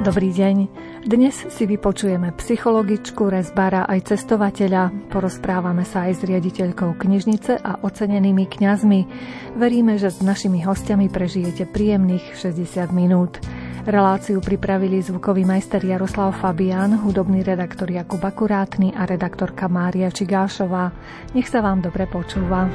Dobrý deň. Dnes si vypočujeme psychologičku, rezbára aj cestovateľa. Porozprávame sa aj s riaditeľkou knižnice a ocenenými kňazmi. Veríme, že s našimi hostiami prežijete príjemných 60 minút. Reláciu pripravili zvukový majster Jaroslav Fabián, hudobný redaktor Jakub Akurátny a redaktorka Mária Čigášová. Nech sa vám dobre počúva.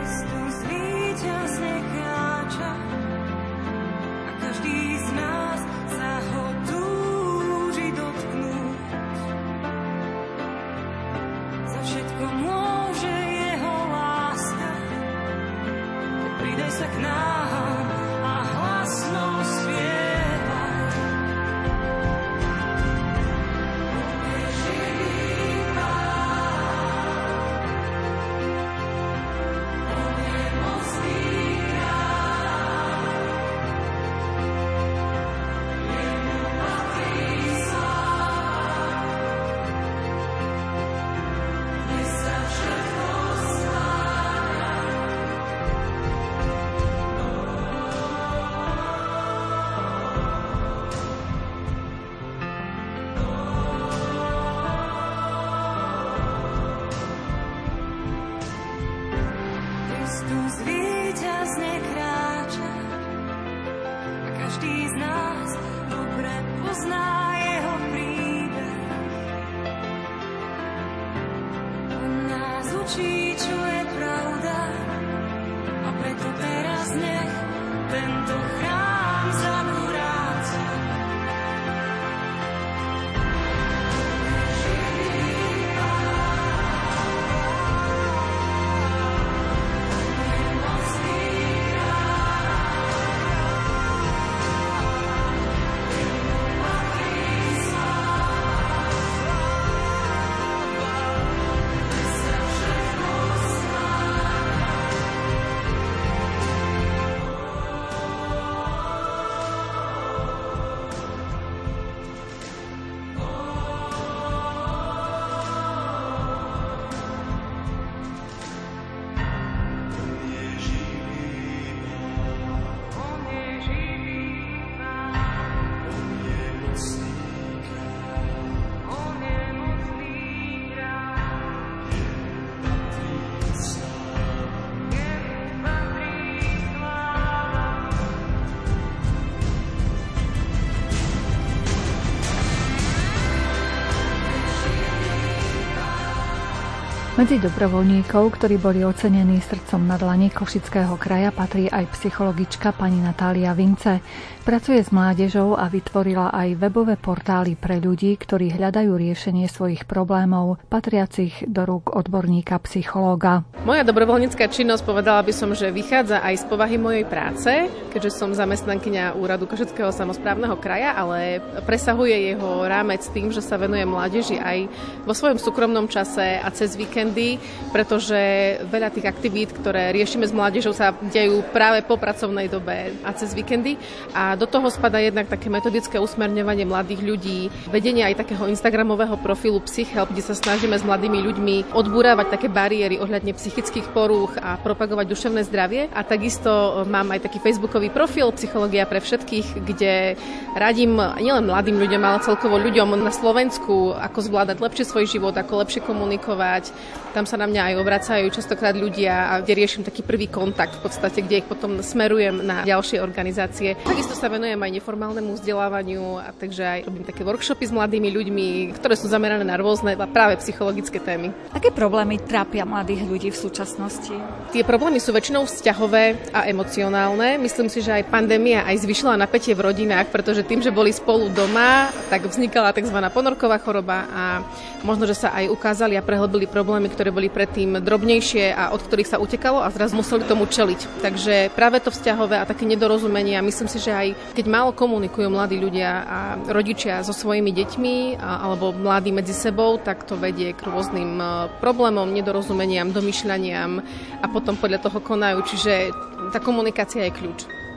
Medzi dobrovoľníkov, ktorí boli ocenení srdcom na dlani Košického kraja, patrí aj psychologička pani Natália Vince. Pracuje s mládežou a vytvorila aj webové portály pre ľudí, ktorí hľadajú riešenie svojich problémov, patriacich do rúk odborníka psychológa. Moja dobrovoľnícka činnosť, povedala by som, že vychádza aj z povahy mojej práce, keďže som zamestnankyňa úradu Košického samosprávneho kraja, ale presahuje jeho rámec tým, že sa venuje mládeži aj vo svojom súkromnom čase a cez víkendy, pretože veľa tých aktivít, ktoré riešime s mládežou, sa dejú práve po pracovnej dobe a cez víkendy. A do toho spadá jednak také metodické usmerňovanie mladých ľudí, vedenie aj takého instagramového profilu PsychHelp, kde sa snažíme s mladými ľuďmi odburávať také bariéry ohľadne psychických porúch a propagovať duševné zdravie. A takisto mám aj taký facebookový profil Psychológia pre všetkých, kde radím nielen mladým ľuďom, ale celkovo ľuďom na Slovensku, ako zvládať lepšie svoj život, ako lepšie komunikovať. Tam sa na mňa aj obracajú častokrát ľudia a kde riešim taký prvý kontakt v podstate, kde ich potom smerujem na ďalšie organizácie. Takisto sa venujem aj neformálnemu vzdelávaniu, a takže aj robím také workshopy s mladými ľuďmi, ktoré sú zamerané na rôzne práve psychologické témy. Aké problémy trápia mladých ľudí v súčasnosti? Tie problémy sú väčšinou vzťahové a emocionálne. Myslím si, že aj pandémia aj zvýšila napätie v rodinách, pretože tým, že boli spolu doma, tak vznikala tzv. Ponorková choroba a možno, že sa aj ukázali a prehlbili problémy, ktoré boli predtým drobnejšie a od ktorých sa utekalo a zrazu museli tomu čeliť. Takže práve to vzťahové a také nedorozumenie, a myslím si, že aj keď málo komunikujú mladí ľudia a rodičia so svojimi deťmi alebo mladí medzi sebou, tak to vedie k rôznym problémom, nedorozumeniam, domýšľaniam a potom podľa toho konajú. Čiže tá komunikácia je kľúč.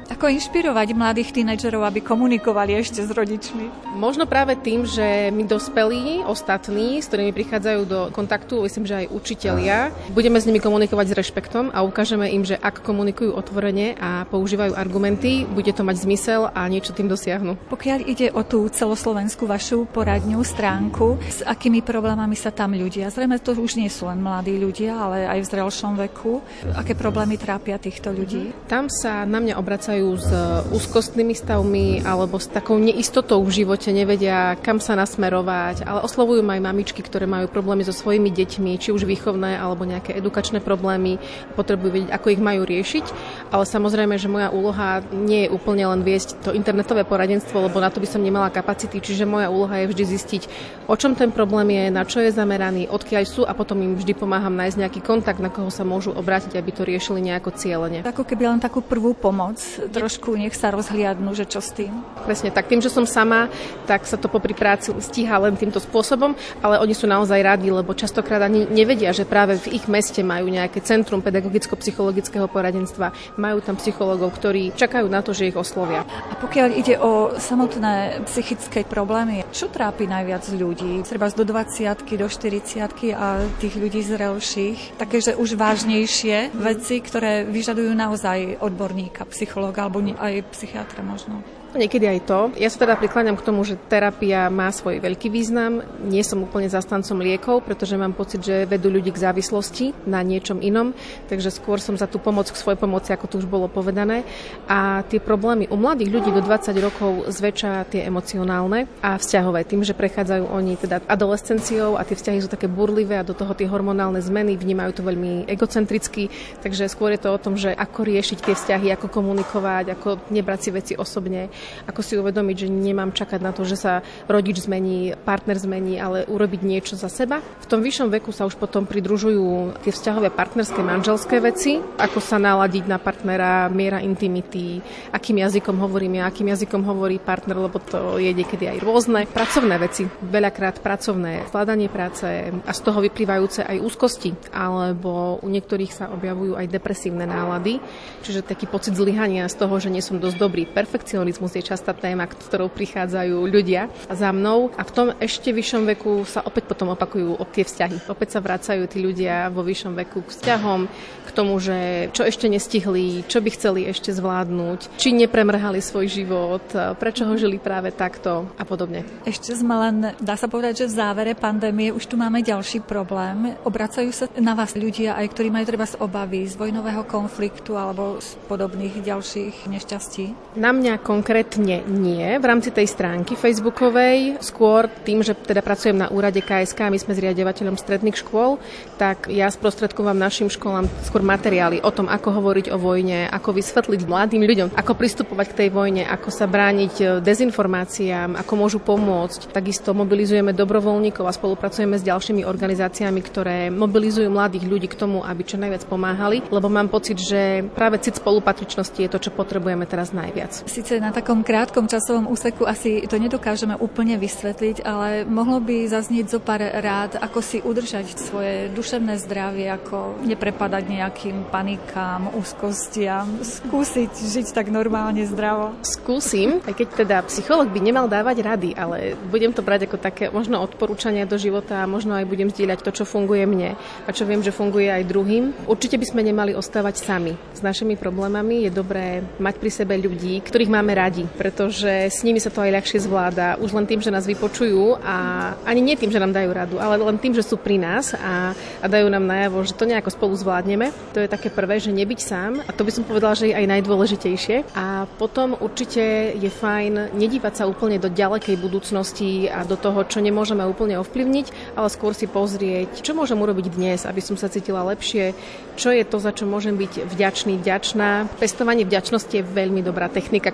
Ako inšpirovať mladých tínedžerov, aby komunikovali ešte s rodičmi? Možno práve tým, že my dospelí, ostatní, s ktorými prichádzajú do kontaktu, myslím, že aj učitelia, budeme s nimi komunikovať s rešpektom a ukážeme im, že ak komunikujú otvorene a používajú argumenty, bude to mať zmysel a niečo tým dosiahnu. Pokiaľ ide o tú celoslovenskú vašu poradňu, stránku, s akými problémami sa tam ľudia? Zrejme to už nie sú len mladí ľudia, ale aj v zrelšom veku. Aké problémy trápia týchto ľudí? Tam sa na mňa obracajú s úzkostnými stavmi alebo s takou neistotou v živote, nevedia kam sa nasmerovať, ale oslovujú ma aj mamičky, ktoré majú problémy so svojimi deťmi, či už výchovné alebo nejaké edukačné problémy, potrebujú vedieť, ako ich majú riešiť, ale samozrejme, že moja úloha nie je úplne len viesť to internetové poradenstvo, lebo na to by som nemala kapacity, čiže moja úloha je vždy zistiť, o čom ten problém je, na čo je zameraný, odkiaľ sú a potom im vždy pomáham nájsť nejaký kontakt, na koho sa môžu obrátiť, aby to riešili nejako cielene. Ako keby len takú prvú pomoc, trošku nech sa rozhliadnú, že čo s tým. Presne tak, tým, že som sama, tak sa to popri práci stíha len týmto spôsobom, ale oni sú naozaj radi, lebo častokrát ani nevedia, že práve v ich meste majú nejaké centrum pedagogicko-psychologického poradenstva, majú tam psychológov, ktorí čakajú na to, že ich oslovia. A pokiaľ ide o samotné psychické problémy, čo trápi najviac ľudí? Treba do 20-ky, do 40-ky a tých ľudí zrelších, také, že už vážnejšie veci, ktoré vyžadujú naozaj odborníka, psychológa alebo aj psychiatra možno. Niekedy aj to. Ja sa teda prikláňam k tomu, že terapia má svoj veľký význam. Nie som úplne zastancom liekov, pretože mám pocit, že vedú ľudí k závislosti na niečom inom, takže skôr som za tú pomoc k svojej pomoci, ako tu už bolo povedané. A tie problémy u mladých ľudí do 20 rokov zväčša tie emocionálne a vzťahové, tým, že prechádzajú oni teda adolescenciou a tie vzťahy sú také burlivé a do toho tie hormonálne zmeny, vnímajú to veľmi egocentricky, takže skôr je to o tom, že ako riešiť tie vzťahy, ako komunikovať, ako nebrať si veci osobne. Ako si uvedomiť, že nemám čakať na to, že sa rodič zmení, partner zmení, ale urobiť niečo za seba. V tom vyššom veku sa už potom pridružujú tie vzťahové partnerské manželské veci, ako sa naladiť na partnera, miera intimity, akým jazykom hovorím ja, akým jazykom hovorí partner, lebo to je niekedy aj rôzne. Pracovné veci, veľakrát pracovné, zvládanie práce a z toho vyplývajúce aj úzkosti, alebo u niektorých sa objavujú aj depresívne nálady, čiže taký pocit zlyhania z toho, že nie som dosť dobrý, perfekcionizmus je častá téma, ktorou prichádzajú ľudia za mnou a v tom ešte vyššom veku sa opäť potom opakujú tie vzťahy. Opäť sa vracajú tí ľudia vo vyššom veku k vzťahom, k tomu, že čo ešte nestihli, čo by chceli ešte zvládnuť, či nepremrhali svoj život, prečo ho žili práve takto a podobne. Ešte sme len, dá sa povedať, že v závere pandémie už tu máme ďalší problém. Obracajú sa na vás ľudia, aj ktorí majú treba z obavy z vojnového konfliktu alebo z podobných ďalších nešťastí? Na mňa konkrétne nie. V rámci tej stránky facebookovej, skôr tým, že teda pracujem na úrade KSK, my sme zriaďovateľom stredných škôl, tak ja sprostredkovam našim školám skôr materiály o tom, ako hovoriť o vojne, ako vysvetliť mladým ľuďom, ako pristupovať k tej vojne, ako sa brániť dezinformáciám, ako môžu pomôcť. Takisto mobilizujeme dobrovoľníkov a spolupracujeme s ďalšími organizáciami, ktoré mobilizujú mladých ľudí k tomu, aby čo najviac pomáhali, lebo mám pocit, že práve cit spolupatričnosti je to, čo potrebujeme teraz najviac. Sice na takom krátkom časovom úseku asi to nedokážeme úplne vysvetliť, ale mohlo by zaznieť zo pár rád, ako si udržať svoje duševné zdravie, ako neprepadať nejakým panikám, úzkostiam, skúsiť žiť tak normálne zdravo. Skúsim, aj keď teda psychológ by nemal dávať rady, ale budem to brať ako také možno odporúčania do života a možno aj budem zdieľať to, čo funguje mne a čo viem, že funguje aj druhým. Určite by sme nemali ostávať sami. S našimi problémami je dobré mať pri sebe ľudí, ktorých máme radi, pretože s nimi sa to aj ľahšie zvláda. Už len tým, že nás vypočujú a ani nie tým, že nám dajú radu, ale len tým, že sú pri nás a dajú nám najavo, že to nejako spolu zvládneme. To je také prvé, že nebyť sám a to by som povedala, že je aj najdôležitejšie. A potom určite je fajn nedívať sa úplne do ďalekej budúcnosti a do toho, čo nemôžeme úplne ovplyvniť, ale skôr si pozrieť, čo môžem urobiť dnes, aby som sa cítila lepšie, čo je to, za čo môžem byť vďačná. Pestovanie vďačnosti je veľmi dobrá technika, ktorá sa od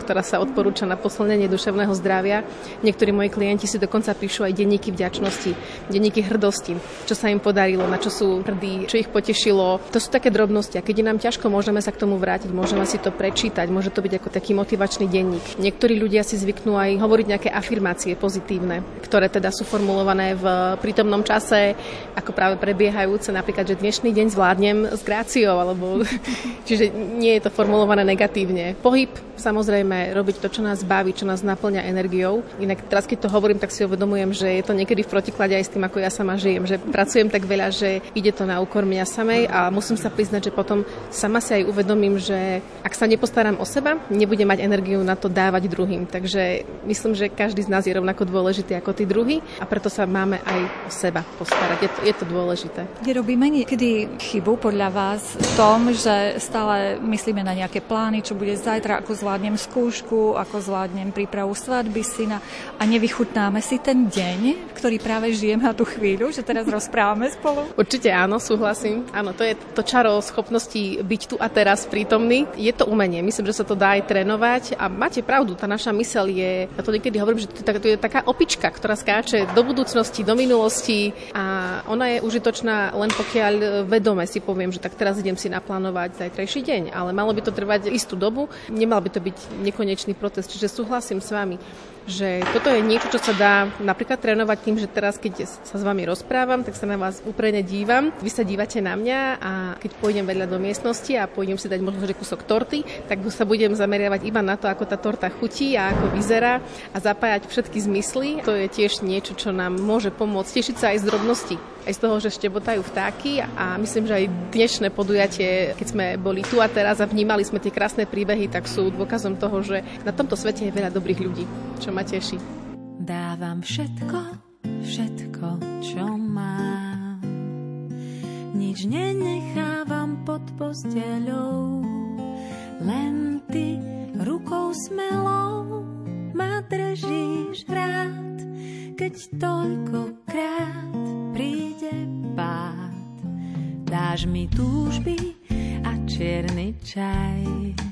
odporúča na posilnenie duševného zdravia. Niektorí moji klienti si dokonca píšu aj denníky vďačnosti, denníky hrdosti, čo sa im podarilo, na čo sú hrdí, čo ich potešilo. To sú také drobnosti a keď je nám ťažko, môžeme sa k tomu vrátiť, môžeme si to prečítať, môže to byť ako taký motivačný denník. Niektorí ľudia si zvyknú aj hovoriť nejaké afirmácie pozitívne, ktoré teda sú formulované v prítomnom čase, ako práve prebiehajúce, napríklad, že dnešný deň zvládnem s gráciou, alebo čiže nie je to formulované negatívne. Pohyb, samozrejme, robiť to, čo nás baví, čo nás naplňa energiou. Inak teraz, keď to hovorím, tak si uvedomujem, že je to niekedy v protiklade aj s tým, ako ja sama žijem, že pracujem tak veľa, že ide to na úkor mňa samej a musím sa priznať, že potom sama si aj uvedomím, že ak sa nepostaram o seba, nebudem mať energiu na to dávať druhým. Takže myslím, že každý z nás je rovnako dôležitý ako tí druhí a preto sa máme aj o seba postarať. Je to dôležité. Nerobíme niekedy chybu podľa vás v tom, že stále myslíme na nejaké plány, čo bude zajtra, ako zvládnem skúšku, ako zvládnem prípravu svadby syna a nevychutnáme si ten deň, ktorý práve žijeme na tú chvíľu, že teraz rozprávame spolu? Určite áno, súhlasím. Áno, to je to čaro schopnosti byť tu a teraz prítomný. Je to umenie. Myslím, že sa to dá aj trénovať a máte pravdu, tá naša myseľ je, ja to niekedy hovorím, že to je taká opička, ktorá skáče do budúcnosti, do minulosti a ona je užitočná len pokiaľ vedome si poviem, že tak teraz idem si naplánovať zajtrajší deň, ale malo by to trvať istú dobu, nemal by to byť nekonečný proces, čiže súhlasím s vami, že toto je niečo, čo sa dá napríklad trénovať tým, že teraz, keď sa s vami rozprávam, tak sa na vás úprimne dívam, vy sa dívate na mňa a keď pôjdem vedľa do miestnosti a pôjdem si dať možno že kúsok torty, tak sa budem zameriavať iba na to, ako tá torta chutí a ako vyzerá a zapájať všetky zmysly. To je tiež niečo, čo nám môže pomôcť tešiť sa aj z drobností. Aj z toho, že štebotajú vtáky a myslím, že aj dnešné podujatie, keď sme boli tu a teraz a vnímali sme tie krásne príbehy, tak sú dôkazom toho, že na tomto svete je veľa dobrých ľudí, čo ma teší. Dávam všetko, čo mám. Nič nenechávam pod posteľou, len ty rukou smelou ma držíš rád, keď toľkokrát príde pád. Dáš mi túžby a čierny čaj,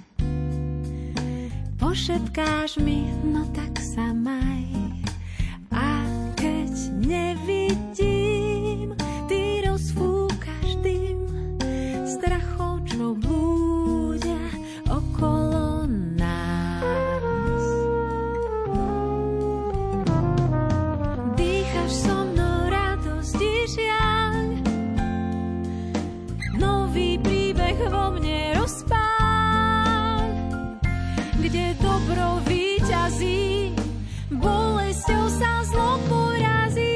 pošepkáš mi, no tak sa maj. A keď nevidím, ty rozfúkaš dym strachov, čo blúdia okolo nás. Dýchaš so mnou radosť i žiaľ, nový príbeh vo mne rozpáľ, kde dobro víťazí, bolesťou sa zlo porazí.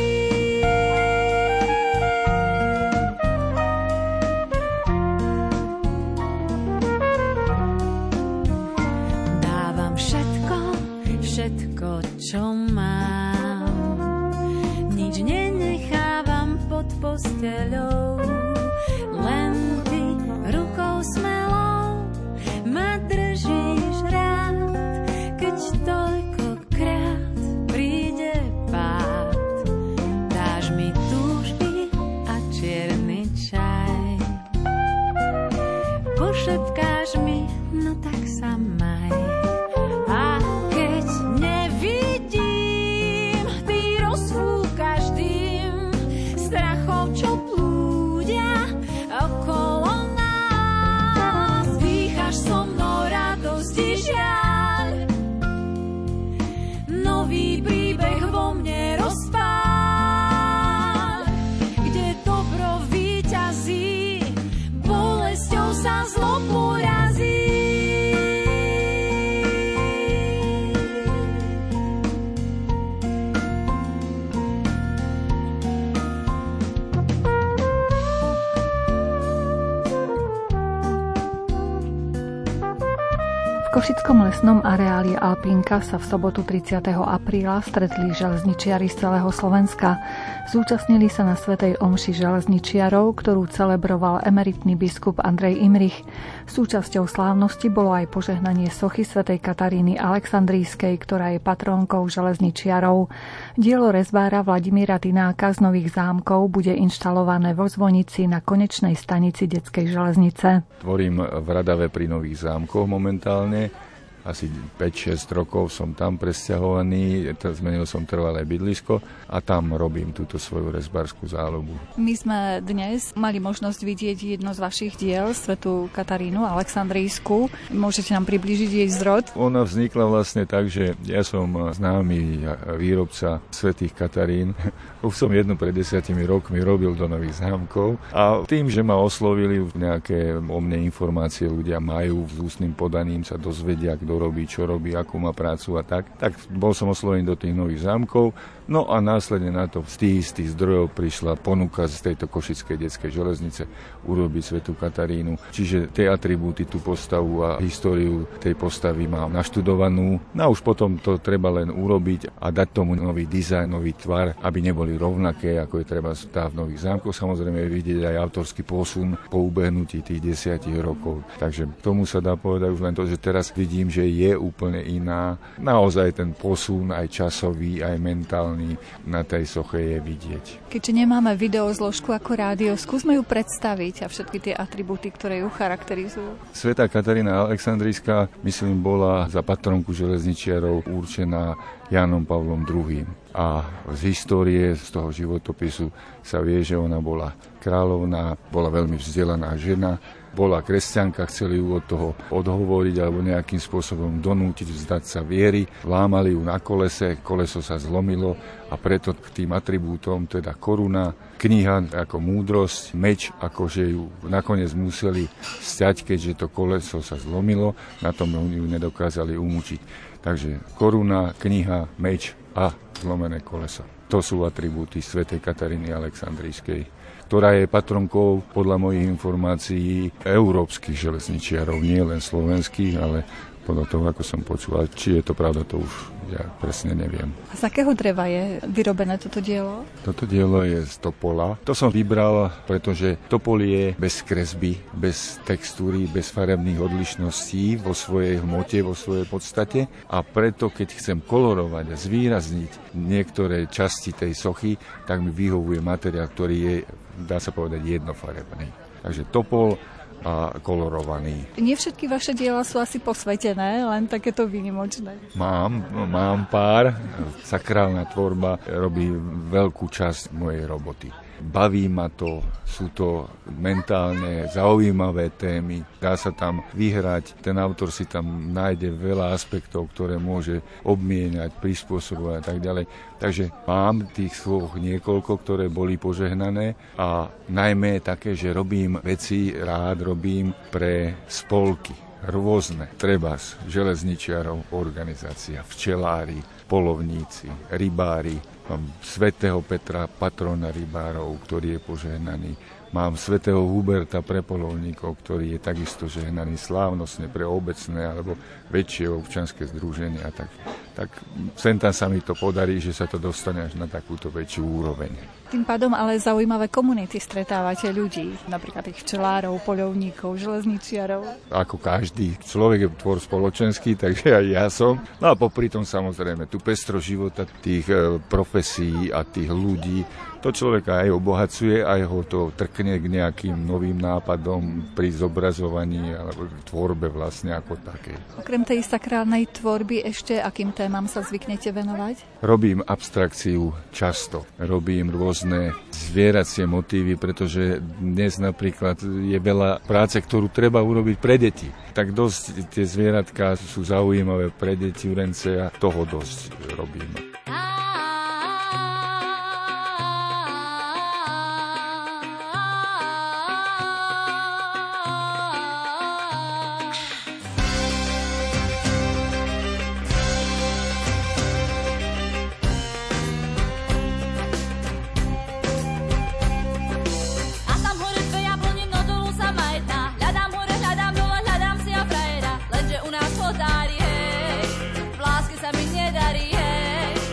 Dávam všetko, čo mám, nič nenechávam pod posteľou, len ty rukou smelou ma držíš rád, keď toľkokrát príde pád. Dáš mi túžby a čierny čaj, pošepkáš mi, no tak sa maj. A keď nevidím, ty rozfúkaš dym strachov, čo blúdia okolo nás. Dýchaš so mnou radosť i žiaľ, nový príbeh vo mne rozpáľ, kde dobro víťazí, bolesťou sa zlo porazí. V Košickom lesnom areáli Alpínka sa v sobotu 30. apríla stretli železničiari z celého Slovenska. Zúčastnili sa na svätej omši železničiarov, ktorú celebroval emeritný biskup Andrej Imrich. Súčasťou slávnosti bolo aj požehnanie sochy svätej Kataríny Alexandrijskej, ktorá je patrónkou železničiarov. Dielo rezbára Vladimíra Tináka z Nových Zámkov bude inštalované vo zvonici na konečnej stanici detskej železnice. Tvorím v Radave pri Nových Zámkoch momentálne asi 5-6 rokov som tam presťahovaný, zmenil som trvalé bydlisko a tam robím túto svoju rezbárskú záľubu. My sme dnes mali možnosť vidieť jedno z vašich diel, Svätú Katarínu Alexandrijskú. Môžete nám priblížiť jej zrod? Ona vznikla vlastne tak, že ja som známy výrobca Svätých Katarín. Už som jednu pred 10 rokmi robil do Nových Zámkov a tým, že ma oslovili nejaké o mne informácie, ľudia majú s ústnym podaním, sa dozvedia, kto robí, čo robí, akú má prácu a tak bol som oslovený do tých Nových Zámkov. No a následne na to z tých istých zdrojov prišla ponuka z tejto Košickej detskej železnice urobiť Svätú Katarínu. Čiže tie atribúty, tú postavu a históriu tej postavy mám naštudovanú. No a už potom to treba len urobiť a dať tomu nový dizajn, nový tvar, aby neboli rovnaké, ako je treba v Nových Zámkoch. Samozrejme je vidieť aj autorský posun po ubehnutí tých 10 rokov. Takže tomu sa dá povedať už len to, že teraz vidím, že je úplne iná. Naozaj ten posun aj časový, aj mentálny na tej soche je vidieť. Keďže nemáme videozložku ako rádio, skúsme ju predstaviť a všetky tie atribúty, ktoré ju charakterizujú. Svätá Katarína Alexandrijská, myslím, bola za patronku železničiarov určená Jánom Pavlom II. A z histórie, z toho životopisu sa vie, že ona bola kráľovná, bola veľmi vzdelaná žena, bola kresťanka, chceli ju od toho odhovoriť alebo nejakým spôsobom donútiť vzdať sa viery. Lámali ju na kolese, koleso sa zlomilo a preto k tým atribútom, teda koruna, kniha ako múdrosť, meč, akože ju nakoniec museli sťať, keďže to koleso sa zlomilo, na tom ju nedokázali umúčiť. Takže koruna, kniha, meč a zlomené koleso. To sú atribúty svätej Kataríny Alexandrijskej, ktorá je patronkou podľa mojich informácií európskych železničiarov, nie len slovenských, ale podľa toho, ako som počul. Či je to pravda, to už ja presne neviem. A z akého dreva je vyrobené toto dielo? Toto dielo je z topola. To som vybral, pretože topol je bez kresby, bez textúry, bez farebných odlišností vo svojej hmote, vo svojej podstate. A preto, keď chcem kolorovať a zvýrazniť niektoré časti tej sochy, tak mi vyhovuje materiál, ktorý je, dá sa povedať, jednofarebný. Takže topol a kolorovaný. Nie všetky vaše diela sú asi posvetené, len takéto výnimočné. Mám pár. Sakrálna tvorba robí veľkú časť mojej roboty. Baví ma to, sú to mentálne zaujímavé témy, dá sa tam vyhrať, ten autor si tam nájde veľa aspektov, ktoré môže obmieniať, prispôsobovať a tak ďalej. Takže mám tých svoch niekoľko, ktoré boli požehnané a najmä také, že robím veci, rád robím pre spolky. Rôzne, trebárs, železničiarov, organizácia, včelári, polovníci, rybári. Mám svätého Petra, patrona rybárov, ktorý je požehnaný. Mám svätého Huberta pre polovníkov, ktorý je takisto žehnaný slávnostne pre obecné alebo väčšie občianske združenia. Tak sem tam sa mi to podarí, že sa to dostane až na takúto väčšiu úroveň. Tým pádom ale zaujímavé komunity stretávate ľudí, napríklad tých včelárov, poľovníkov, železničiarov. Ako každý človek je tvor spoločenský, takže aj ja som. No a popri tom samozrejme tú pestro života tých profesí a tých ľudí, to človeka aj obohacuje, aj ho to trkne k nejakým novým nápadom pri zobrazovaní alebo tvorbe vlastne ako také. Okrem tej sakrálnej tvorby ešte akým témam sa zvyknete venovať? Robím abstrakciu často. Robím rôzne zvieracie motívy, pretože dnes napríklad je veľa práce, ktorú treba urobiť pre deti. Tak dosť tie zvieratka sú zaujímavé pre deti, urence a toho dosť robím. Hej, v lásky sa mi nedarí, hej.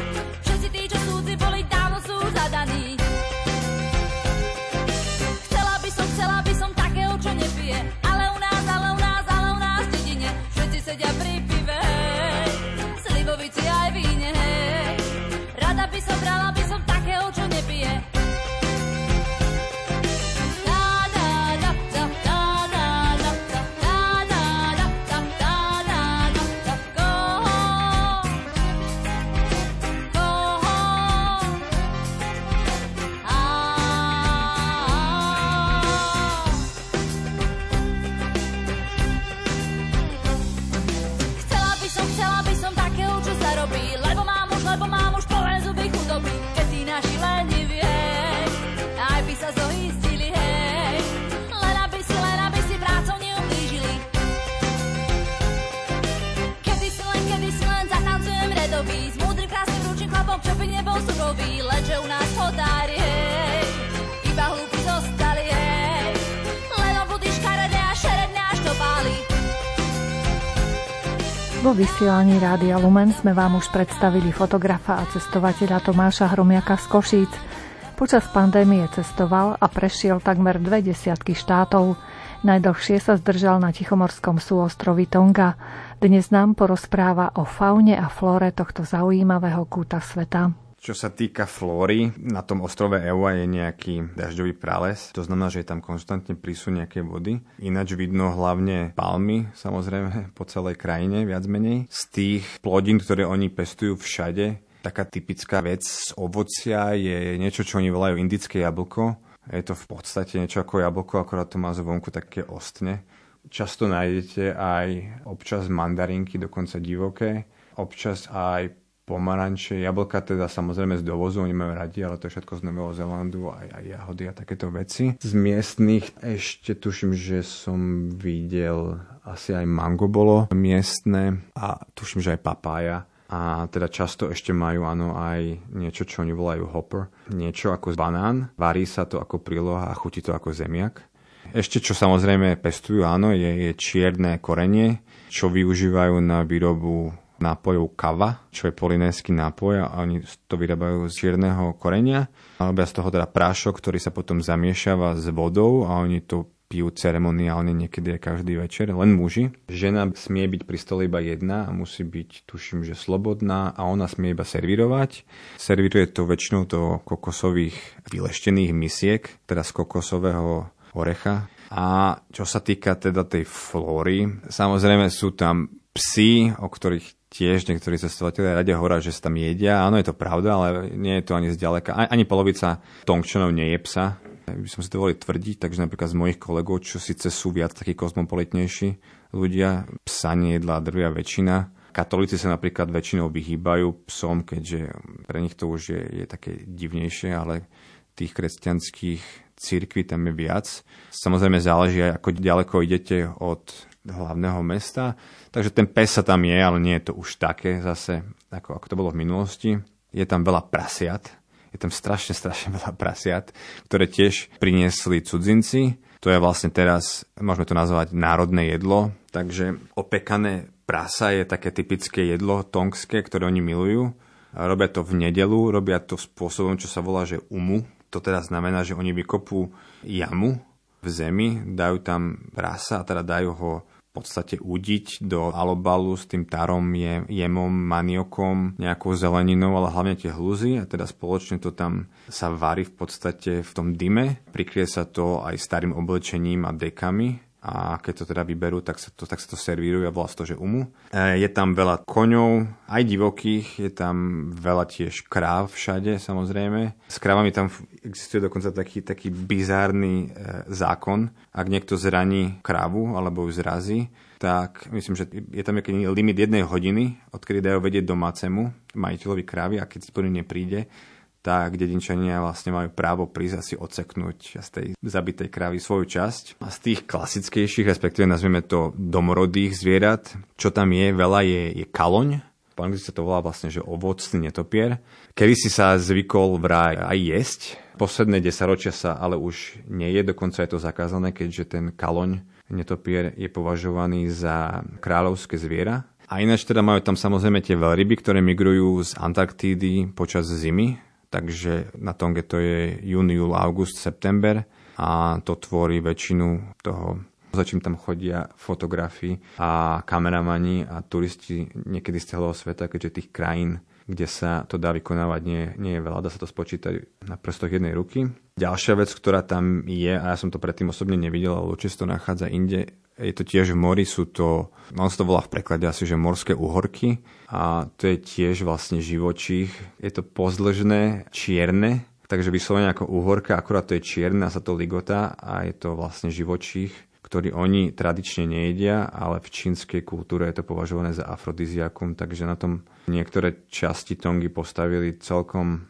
Vo vysielaní Rádia Lumen sme vám už predstavili fotografa a cestovateľa Tomáša Hromiaka z Košíc. Počas pandémie cestoval a prešiel takmer 20 štátov. Najdlhšie sa zdržal na tichomorskom súostrovi Tonga. Dnes nám porozpráva o faune a flóre tohto zaujímavého kúta sveta. Čo sa týka flóry, na tom ostrove Eua je nejaký dažďový prales. To znamená, že je tam konštantne prísun nejakej vody. Ináč vidno hlavne palmy, samozrejme, po celej krajine, viac menej. Z tých plodín, ktoré oni pestujú všade, taká typická vec z ovocia je niečo, čo oni volajú indické jablko. Je to v podstate niečo ako jablko, akorát to má zvonku také ostne. Často nájdete aj občas mandarinky, dokonca divoké, občas aj pomaranče, jablka teda samozrejme z dovozu, oni majú radi, ale to je všetko z Nového Zélandu, aj jahody a takéto veci. Z miestnych ešte tuším, že som videl asi aj mango bolo miestne a tuším, že aj papája. A teda často ešte majú aj niečo, čo oni volajú hopper. Niečo ako banán, varí sa to ako príloha a chutí to ako zemiak. Ešte čo samozrejme pestujú, je čierne korenie, čo využívajú na výrobu nápojov kava, čo je polynézsky nápoj a oni to vyrábajú z čierneho korenia. Robia z toho teda prášok, ktorý sa potom zamiešava s vodou a oni to pijú ceremoniálne niekedy aj každý večer, len muži. Žena smie byť pri stole iba jedna a musí byť, tuším, že slobodná a ona smie iba servírovať. Servíruje to väčšinou do kokosových vyleštených misiek, teda z kokosového orecha. A čo sa týka teda tej flóry, samozrejme sú tam psi, o ktorých tiež niektorí cestovatelia radia hovoria, že sa tam jedia. Áno, je to pravda, ale nie je to ani zďaleka. Ani polovica Tongčanov nie je psa. By som si to volil tvrdiť, takže napríklad z mojich kolegov, čo síce sú viac takí kozmopolitnejší ľudia, psa nejedlá drvia väčšina. Katolíci sa napríklad väčšinou vyhýbajú psom, keďže pre nich to už je také divnejšie, ale tých kresťanských cirkví tam je viac. Samozrejme záleží aj, ako ďaleko idete od hlavného mesta. Takže ten pes sa tam je, ale nie je to už také zase, ako to bolo v minulosti. Je tam veľa prasiat. Je tam strašne veľa prasiat, ktoré tiež priniesli cudzinci. To je vlastne teraz, môžeme to nazvať národné jedlo. Takže opekané prasa je také typické jedlo tongské, ktoré oni milujú. Robia to v nedeľu, robia to spôsobom, čo sa volá, že umu. To teda znamená, že oni vykopú jamu v zemi, dajú tam prasa a teda dajú ho v podstate udiť do alobalu s tým tarom, jemom, maniokom, nejakou zeleninou, ale hlavne tie hluzy a teda spoločne to tam sa varí v podstate v tom dyme. Prikrie sa to aj starým oblečením a dekami a keď to teda vyberú, tak sa to servíruje a volá sa to, že umu. Je tam veľa koňov, aj divokých, je tam veľa tiež kráv všade, samozrejme. S krávami tam existuje dokonca taký bizárny zákon. Ak niekto zraní krávu alebo ju zrazí, tak myslím, že je tam nejaký limit 1 hodiny, odkedy dajú vedieť domácemu majiteľovi krávy a keď plne nepríde, tak dedinčania vlastne majú právo prísť asi odseknúť z tej zabitej krávy svoju časť. A z tých klasickejších, respektíve nazvieme to domorodých zvierat, čo tam je veľa, je kaloň. Po anglicky sa to volá vlastne, že ovocný netopier. Kedysi sa zvykol vraj aj jesť. Posledné 10 ročia sa ale už nie je, dokonca je to zakázané, keďže ten kaloň netopier je považovaný za kráľovské zviera. A ináč teda majú tam samozrejme tie veľryby, ktoré migrujú z Antarktídy počas zimy. Takže na Tonge to je jún, júl, august, september a to tvorí väčšinu toho, za čím tam chodia fotografi a kameramani a turisti niekedy z celého sveta, keďže tých krajín, kde sa to dá vykonávať, nie je veľa, dá sa to spočítať na prstoch jednej ruky. Ďalšia vec, ktorá tam je, a ja som to predtým osobne nevidel, ale určite to nachádza inde, je to tiež v mori, sú to, on sa to volá v preklade asi, že morské uhorky a to je tiež vlastne živočích. Je to pozdĺžné, čierne, takže vyslovene ako uhorka, akurát to je čierne a sa to ligotá a je to vlastne živočích, ktorý oni tradične nejedia, ale v čínskej kultúre je to považované za afrodiziakum, takže na tom niektoré časti Tongy postavili celkom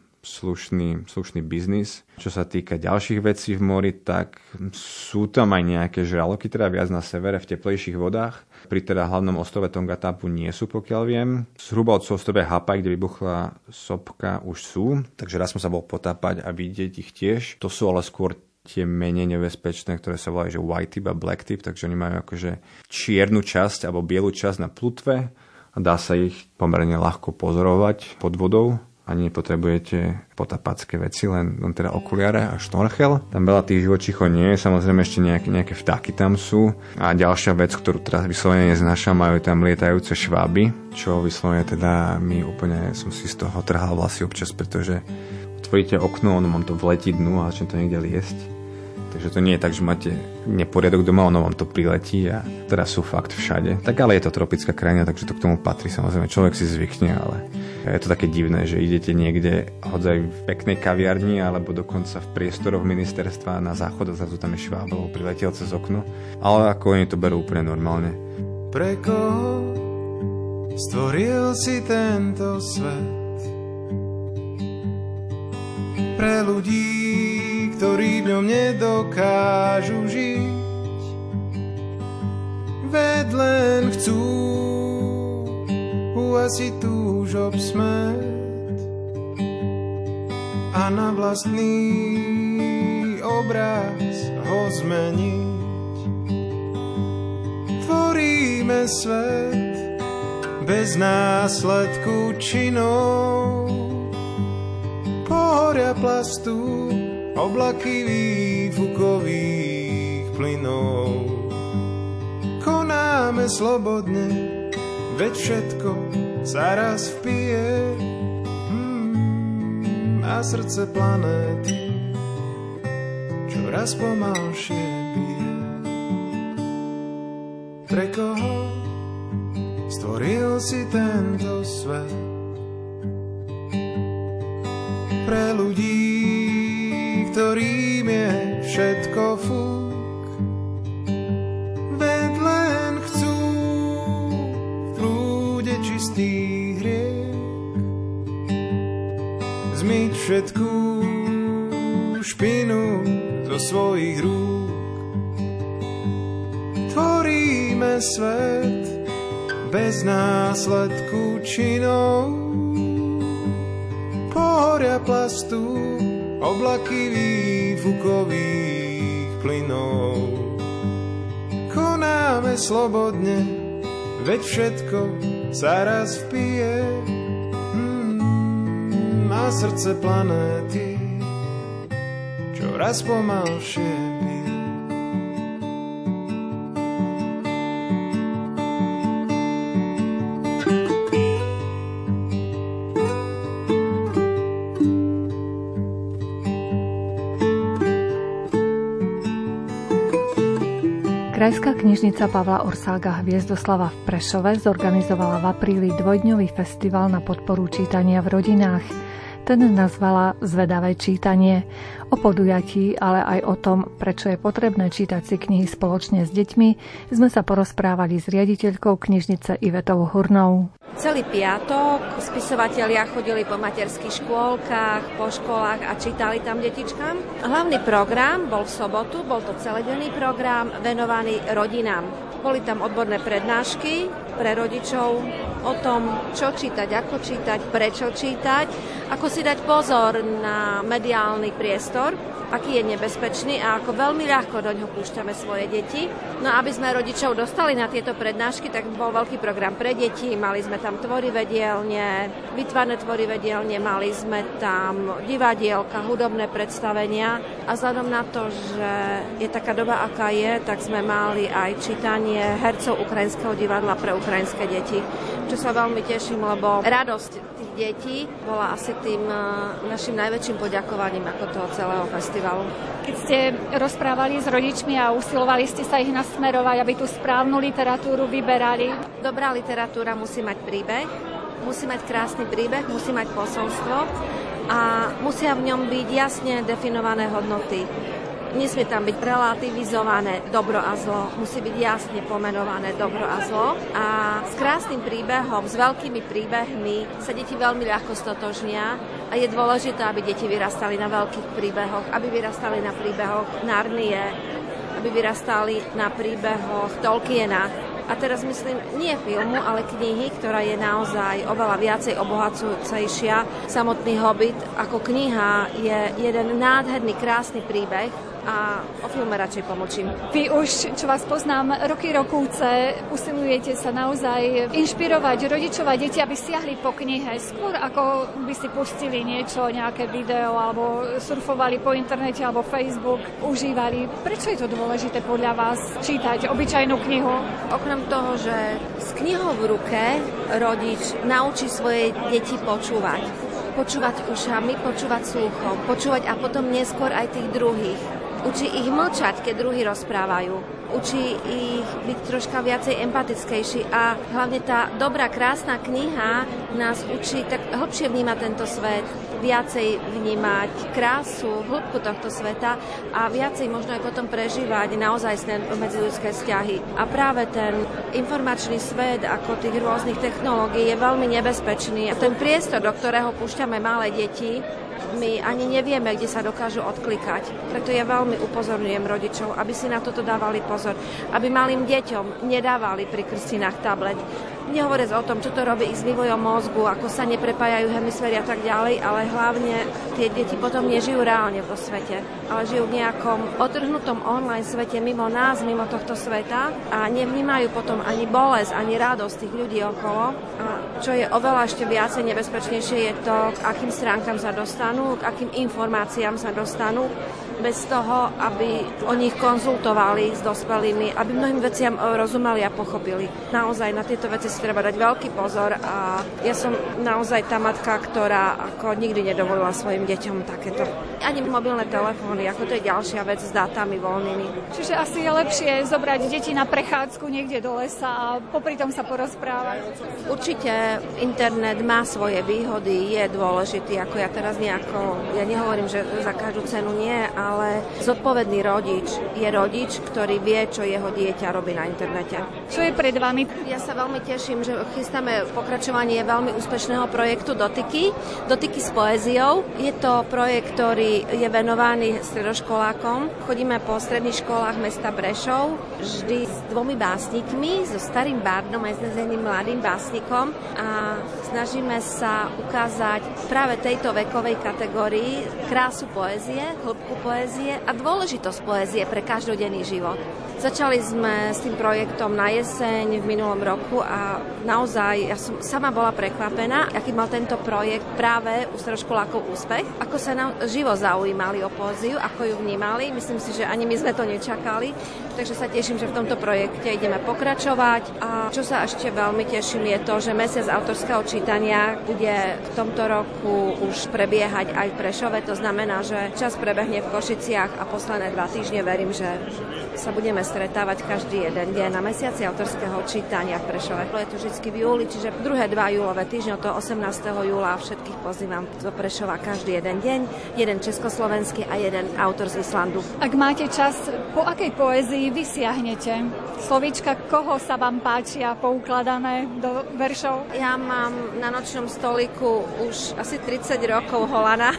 slušný biznis. Čo sa týka ďalších vecí v mori, tak sú tam aj nejaké žraloky, teda viac na severe v teplejších vodách. Pri teda hlavnom ostrove Tongatapu nie sú, pokiaľ viem. Zhruba od ostrove Hapai, kde vybuchla sopka, už sú. Takže raz som sa bol potápať a vidieť ich tiež. To sú ale skôr tie menej nebezpečné, ktoré sa volajú že white tip a black tip, takže oni majú akože čiernu časť alebo bielu časť na plutve a a dá sa ich pomerne ľahko pozorovať pod vodou. Ani nepotrebujete potapacké veci, len teda okuliare a šnorchel. Tam veľa tých živočíchov nie je, samozrejme ešte nejaké vtáky tam sú. A ďalšia vec, ktorú teraz vyslovene neznášam, majú tam lietajúce šváby, čo vyslovene teda som si z toho trhal vlasy občas, pretože otvoríte okno, ono vám to vletí dnu a začne to niekde liesť. Takže to nie je tak, že máte neporiadok doma, ono vám to priletí a teraz sú fakt všade. Tak ale je to tropická krajina, takže to k tomu patrí, samozrejme. Človek si zvykne, ale je to také divné, že idete niekde hodzaj v peknej kaviarni alebo dokonca v priestoroch ministerstva na záchod a zrazu tam je šváb, lebo priletel cez okno. Ale ako oni to berú úplne normálne. Pre koho stvoril si tento svet? Pre ľudí, ktorí v ňom nedokážu žiť, veď len chcú uhasiť túžob smäd a na vlastný obraz ho zmeniť. Tvoríme svet bez následku činov, pohoria plastu, oblaky výfukových plynov. Konáme slobodne, veď všetko sa raz vpije a srdce planéty čoraz pomalšie bije. Pre koho stvoril si tento svet? Pre ľudí, ktorým je všetko fúk, veď len chcú v prúde čistých riek zmyť všetkú špinu zo svojich rúk. Tvoríme svet bez následku činov, pohoria plastu, oblaky výfukových plynov. Konáme slobodne, veď všetko sa raz vpije a srdce planéty čoraz pomalšie bije. Krajská knižnica Pavla Orsága Hviezdoslava v Prešove zorganizovala v apríli dvojdňový festival na podporu čítania v rodinách. Ten nazvala Zvedavé čítanie. O podujatí, ale aj o tom, prečo je potrebné čítať si knihy spoločne s deťmi, sme sa porozprávali s riaditeľkou knižnice Ivetou Hurnou. Celý piatok spisovatelia chodili po materských škôlkach, po školách a čítali tam detičkám. Hlavný program bol v sobotu, bol to celodenný program venovaný rodinám. Boli tam odborné prednášky pre rodičov o tom, čo čítať, ako čítať, prečo čítať, ako si dať pozor na mediálny priestor, aký je nebezpečný a ako veľmi ľahko do ňoho púšťame svoje deti. No aby sme rodičov dostali na tieto prednášky, tak bol veľký program pre deti, mali sme tam tvorivé dielne, vytvarné tvorivé dielne, mali sme tam divadielka, hudobné predstavenia a vzhľadom na to, že je taká doba, aká je, tak sme mali aj čítanie hercov ukrajinského divadla pre ukrajinské deti, čo sa veľmi teším, lebo radosť tých detí bola asi tým našim najväčším poďakovaním ako toho celého festivalu. Keď ste rozprávali s rodičmi a usilovali ste sa ich nasmerovať, aby tú správnu literatúru vyberali? Dobrá literatúra musí mať príbeh, musí mať krásny príbeh, musí mať posolstvo a musia v ňom byť jasne definované hodnoty. Nesmie tam byť relativizované dobro a zlo, musí byť jasne pomenované dobro a zlo. A s krásnym príbehom, s veľkými príbehmi sa deti veľmi ľahko stotožnia a je dôležité, aby deti vyrastali na veľkých príbehoch, aby vyrastali na príbehoch Narnie, aby vyrastali na príbehoch Tolkiena. A teraz myslím, nie filmu, ale knihy, ktorá je naozaj oveľa viacej obohacujúcejšia. Samotný Hobbit ako kniha je jeden nádherný, krásny príbeh a o filme radšej pomlčím. Vy už, čo vás poznám, roky rokúce, usilujete sa naozaj inšpirovať rodičov a deti, aby siahli po knihe. Skôr ako by si pustili niečo, nejaké video, alebo surfovali po internete, alebo Facebook, užívali. Prečo je to dôležité podľa vás čítať obyčajnú knihu? Okrem toho, že s knihou v ruke rodič naučí svoje deti počúvať. Počúvať ušami, počúvať sluchom, počúvať a potom neskôr aj tých druhých. Učí ich mlčať, keď druhí rozprávajú. Učí ich byť troška viacej empatickejší a hlavne tá dobrá, krásna kniha nás učí tak hlbšie vnímať tento svet, viacej vnímať krásu, hĺbku tohto sveta a viacej možno aj potom prežívať naozaj medziľudské vzťahy. A práve ten informačný svet, ako tých rôznych technológií, je veľmi nebezpečný. A ten priestor, do ktorého púšťame malé deti, my ani nevieme, kde sa dokážu odklikať. Preto ja veľmi upozorňujem rodičov, aby si na toto dávali pozor. Aby malým deťom nedávali pri krstinách tablet. Nehovoriac o tom, čo to robí ich s vývojom mozgu, ako sa neprepájajú hemisféry a tak ďalej, ale hlavne tie deti potom nežijú reálne vo svete, ale žijú v nejakom otrhnutom online svete mimo nás, mimo tohto sveta a nevnímajú potom ani bolesť, ani radosť tých ľudí okolo. A čo je oveľa ešte viacej nebezpečnejšie je to, k akým stránkam sa dostanú, k akým informáciám sa dostanú, bez toho, aby o nich konzultovali s dospelými, aby mnohým veciam rozumeli a pochopili. Naozaj na tieto veci si treba dať veľký pozor a ja som naozaj tá matka, ktorá ako nikdy nedovolila svojim deťom takéto. Ani mobilné telefóny, ako to je ďalšia vec s dátami voľnými. Čiže asi je lepšie zobrať deti na prechádzku niekde do lesa a popri tom sa porozprávať. Určite internet má svoje výhody, je dôležitý, ako ja teraz ja nehovorím, že za každú cenu nie, ale zodpovedný rodič je rodič, ktorý vie, čo jeho dieťa robí na internete. Čo je pred vami? Ja sa veľmi teším, že chystáme pokračovanie veľmi úspešného projektu Dotyky s poéziou. Je to projekt, ktorý je venovaný stredoškolákom. Chodíme po stredných školách mesta Prešov, vždy s 2 básnikmi, so starým bardom aj s jedným mladým básnikom a snažíme sa ukázať práve tejto vekovej kategórii krásu poézie, hĺbku poézie a dôležitosť poézie pre každodenný život. Začali sme s tým projektom na jeseň v minulom roku a naozaj ja som sama bola prekvapená, aký mal tento projekt práve u stredoškolákov úspech, ako sa nám živo zaujímali o poéziu, ako ju vnímali. Myslím si, že ani my sme to nečakali, takže sa teším, že v tomto projekte ideme pokračovať a čo sa ešte veľmi teším je to, že mesiac autorského čítania bude v tomto roku už prebiehať aj v Prešove, to znamená, že čas prebehne v Košiciach a posledné 2 týždne verím, že sa budeme stretávať každý jeden deň na mesiaci autorského čítania v Prešove. Je to vždy v júli, čiže druhé 2 júlové týždne, to 18. júla všetkých pozývam do Prešova každý jeden deň, jeden československý a jeden autor z Islandu. Ak máte čas, po akej poézii vy siahnete? Slovíčka, koho sa vám páčia poukladané do veršov? Ja mám na nočnom stoliku už asi 30 rokov Holana.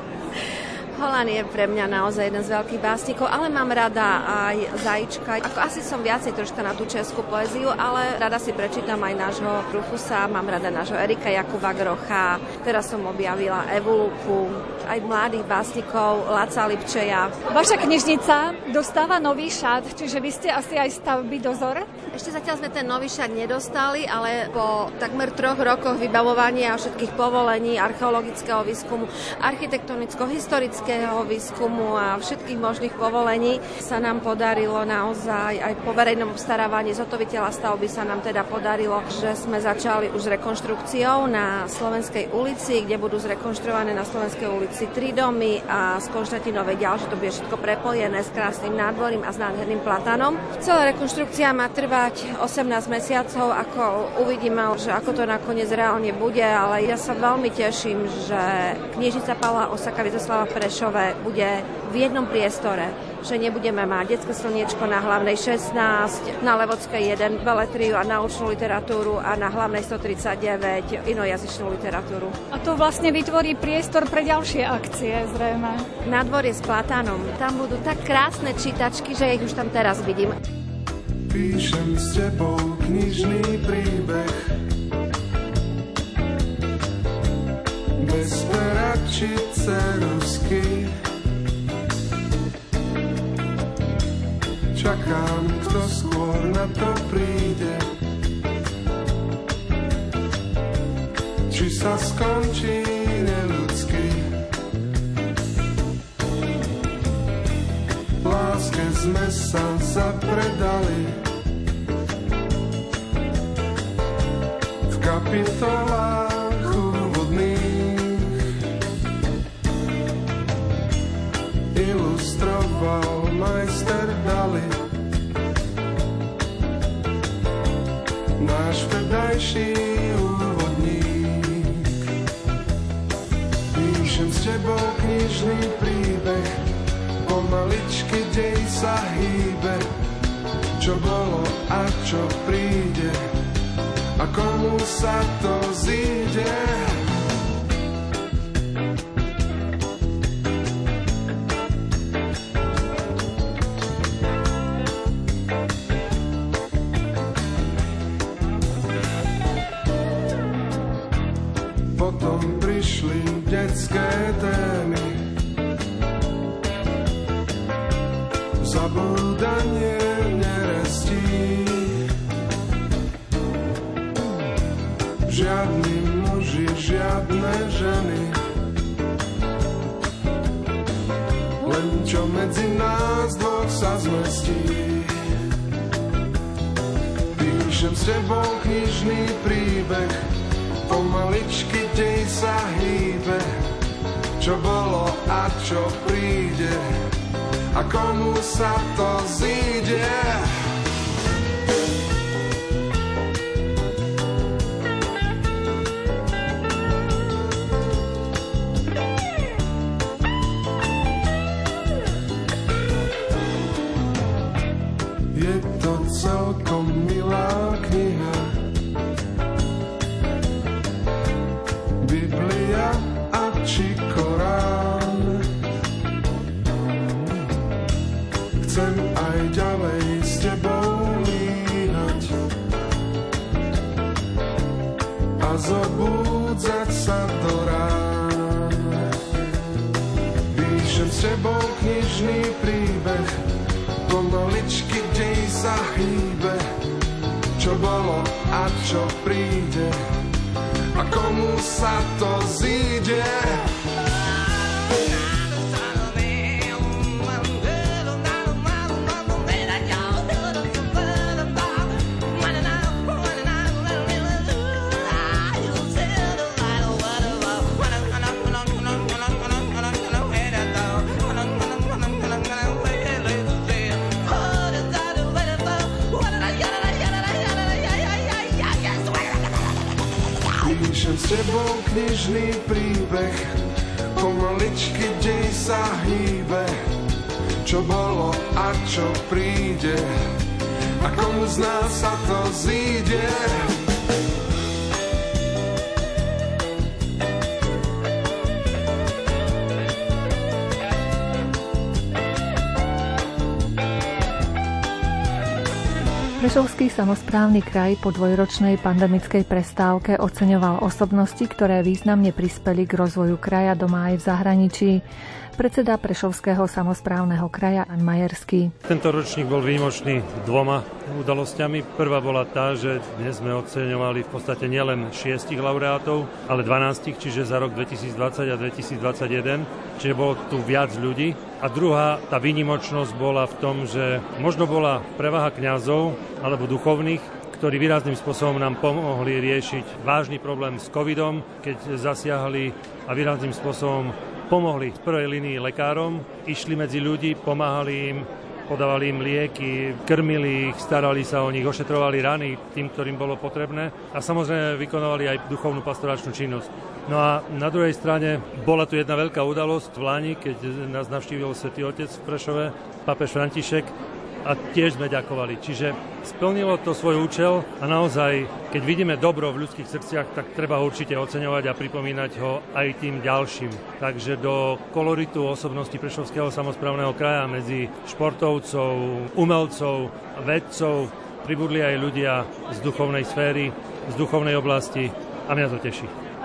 Holan je pre mňa naozaj jeden z veľkých básnikov, ale mám rada aj Zajíčka. Asi som viacej troška na tú českú poéziu, ale rada si prečítam aj nášho Rufusa, mám rada nášho Erika Jakuba Grocha, teraz som objavila Evu Lupu, aj mladých básnikov Laca Lipčeja. Vaša knižnica dostáva nový šat, čiže vy ste asi aj stavby dozor? Ešte zatiaľ sme ten nový šat nedostali, ale po takmer 3 rokoch vybavovania všetkých povolení, archeologického výskumu, architektonicko-historického výskumu a všetkých možných povolení sa nám podarilo naozaj aj po verejnom obstarávaní zhotoviteľa stavby sa nám teda podarilo, že sme začali už s rekonštrukciou na Slovenskej ulici, kde budú zrekonštruované na Slovenskej ulici 3 domy a z Konštantinovej ďalšie to bude všetko prepojené s krásnym nádvorím a s nádherným platanom. Celá rekonštrukcia má trvať 18 mesiacov, ako uvidíme, že ako to nakoniec reálne bude, ale ja sa veľmi teším, že knižnica Pavla Osaka Viacoslava v Prešove bude v jednom priestore, že nebudeme mať detské slniečko na hlavnej 16, na Levodskej 1 beletriu a naučnú literatúru a na hlavnej 139 inojazyčnú literatúru. A to vlastne vytvorí priestor pre ďalšie akcie, zrejme. Nádvorie s platánom. Tam budú tak krásne čítačky, že ich už tam teraz vidím. Píšem s tebou knižný príbeh bez pera či ceruzky. Čakám, kto skôr na to príde. Či sa skončí neľudský. Láske sme sa zapredali. V kapitolách úvodných ilustroval majster Dali. Náš vtedajší úvodník. Píšem s tebou knižný príbeh, pomaličky dej sa hýbe. Čo bolo a čo príde, a komu sa to zíde. Potom prišli detské témy, zabúdanie nerestí. Žiadni muži, žiadne ženy, len čo medzi nás dvoch sa zmestí. Píšem s tebou knižný príbeh, pomaličky dej sa hýbe. Čo bolo a čo príde, a komu sa to zíde. Je to celkom milá kniha, Biblia a či Korán. Chcem aj ďalej s tebou líhať a zobúdzať sa do rán. Píšem s tebou knižný príbeh, pomaličky dej sa hýbe. Čo bolo a čo príde, a komu sa to zíde. Píšem s tebou knižný príbeh, pomaličky dej sa hýbe. Čo bolo a čo príde, a komu z nás sa to zíde. Prešovský samosprávny kraj po dvojročnej pandemickej prestávke oceňoval osobnosti, ktoré významne prispeli k rozvoju kraja doma aj v zahraničí. Predseda Prešovského samosprávneho kraja Jan Majerský. Tento ročník bol výnimočný dvoma udalosťami. Prvá bola tá, že dnes sme oceňovali v podstate nielen 6 laureátov, ale 12, čiže za rok 2020 a 2021. Čiže bolo tu viac ľudí. A druhá, tá výnimočnosť bola v tom, že možno bola prevaha kňazov alebo duchovných, ktorí výrazným spôsobom nám pomohli riešiť vážny problém s covidom, keď zasiahli a výrazným spôsobom pomohli v prvej línii lekárom, išli medzi ľudí, pomáhali im, podávali im lieky, krmili ich, starali sa o nich, ošetrovali rany tým, ktorým bolo potrebné a samozrejme vykonávali aj duchovnú pastoračnú činnosť. No a na druhej strane bola tu jedna veľká udalosť v Lani, keď nás navštívil Svätý Otec v Prešove, pápež František, a tiež sme ďakovali. Čiže splnilo to svoj účel a naozaj, keď vidíme dobro v ľudských srdciach, tak treba ho určite oceňovať a pripomínať ho aj tým ďalším. Takže do koloritu osobnosti Prešovského samosprávneho kraja medzi športovcov, umelcov, vedcov pribudli aj ľudia z duchovnej sféry, z duchovnej oblasti a mňa to teší. A